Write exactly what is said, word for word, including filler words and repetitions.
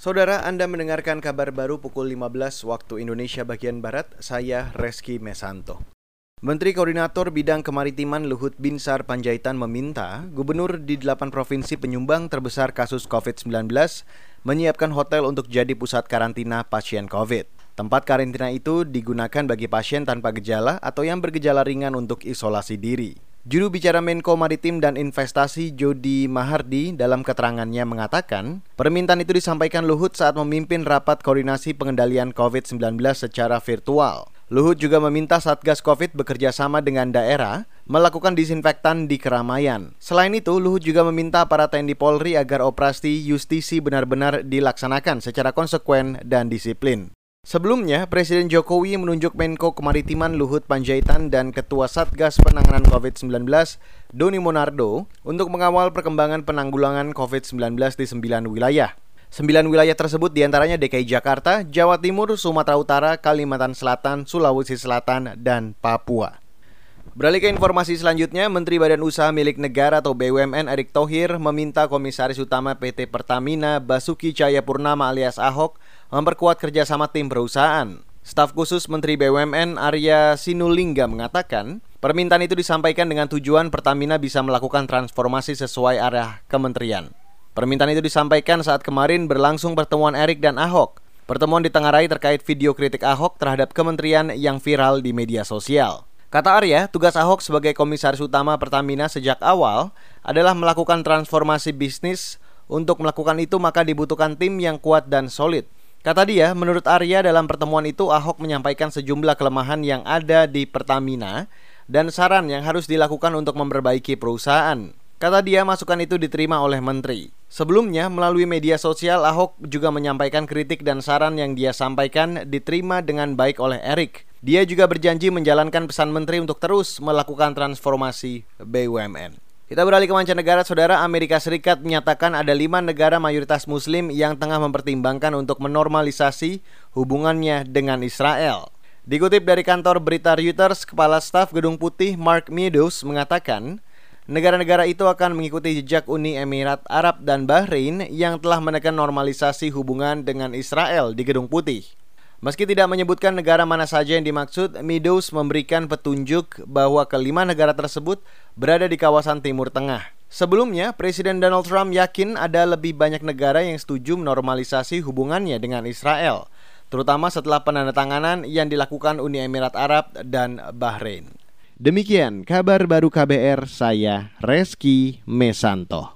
Saudara, Anda mendengarkan kabar baru pukul lima belas waktu Indonesia bagian Barat, saya Reski Mesanto. Menteri Koordinator Bidang Kemaritiman Luhut Binsar Panjaitan meminta gubernur di delapan provinsi penyumbang terbesar kasus covid sembilan belas menyiapkan hotel untuk jadi pusat karantina pasien COVID. Tempat karantina itu digunakan bagi pasien tanpa gejala atau yang bergejala ringan untuk isolasi diri. Juru bicara Menko Maritim dan Investasi Jody Mahardi dalam keterangannya mengatakan, permintaan itu disampaikan Luhut saat memimpin rapat koordinasi pengendalian covid sembilan belas secara virtual. Luhut juga meminta Satgas Covid bekerja sama dengan daerah melakukan disinfektan di keramaian. Selain itu, Luhut juga meminta para T N I Polri agar operasi justisi benar-benar dilaksanakan secara konsekuen dan disiplin. Sebelumnya, Presiden Jokowi menunjuk Menko Kemaritiman Luhut Panjaitan dan Ketua Satgas Penanganan covid sembilan belas, Doni Monardo, untuk mengawal perkembangan penanggulangan covid sembilan belas di sembilan wilayah. Sembilan wilayah tersebut diantaranya D K I Jakarta, Jawa Timur, Sumatera Utara, Kalimantan Selatan, Sulawesi Selatan, dan Papua. Beralih ke informasi selanjutnya, Menteri Badan Usaha Milik Negara atau B U M N Erick Thohir meminta Komisaris Utama P T Pertamina Basuki Cahayapurnama alias Ahok memperkuat kerjasama tim perusahaan. Staf khusus Menteri B U M N Arya Sinulinga mengatakan, permintaan itu disampaikan dengan tujuan Pertamina bisa melakukan transformasi sesuai arah kementerian. Permintaan itu disampaikan saat kemarin berlangsung pertemuan Erick dan Ahok. Pertemuan ditengarai terkait video kritik Ahok terhadap kementerian yang viral di media sosial. Kata Arya, tugas Ahok sebagai Komisaris Utama Pertamina sejak awal adalah melakukan transformasi bisnis. Untuk melakukan itu maka dibutuhkan tim yang kuat dan solid. Kata dia, menurut Arya dalam pertemuan itu Ahok menyampaikan sejumlah kelemahan yang ada di Pertamina dan saran yang harus dilakukan untuk memperbaiki perusahaan. Kata dia, masukan itu diterima oleh menteri. Sebelumnya, melalui media sosial, Ahok juga menyampaikan kritik dan saran yang dia sampaikan diterima dengan baik oleh Erick. Dia juga berjanji menjalankan pesan menteri untuk terus melakukan transformasi B U M N. Kita beralih ke mancanegara, saudara. Amerika Serikat menyatakan ada lima negara mayoritas muslim yang tengah mempertimbangkan untuk menormalisasi hubungannya dengan Israel. Dikutip dari kantor berita Reuters, Kepala Staf Gedung Putih Mark Meadows mengatakan, negara-negara itu akan mengikuti jejak Uni Emirat Arab dan Bahrain yang telah menekan normalisasi hubungan dengan Israel di Gedung Putih. Meski tidak menyebutkan negara mana saja yang dimaksud, Meadows memberikan petunjuk bahwa kelima negara tersebut berada di kawasan Timur Tengah. Sebelumnya, Presiden Donald Trump yakin ada lebih banyak negara yang setuju menormalisasi hubungannya dengan Israel, terutama setelah penandatanganan yang dilakukan Uni Emirat Arab dan Bahrain. Demikian kabar baru K B R, saya Reski Mesanto.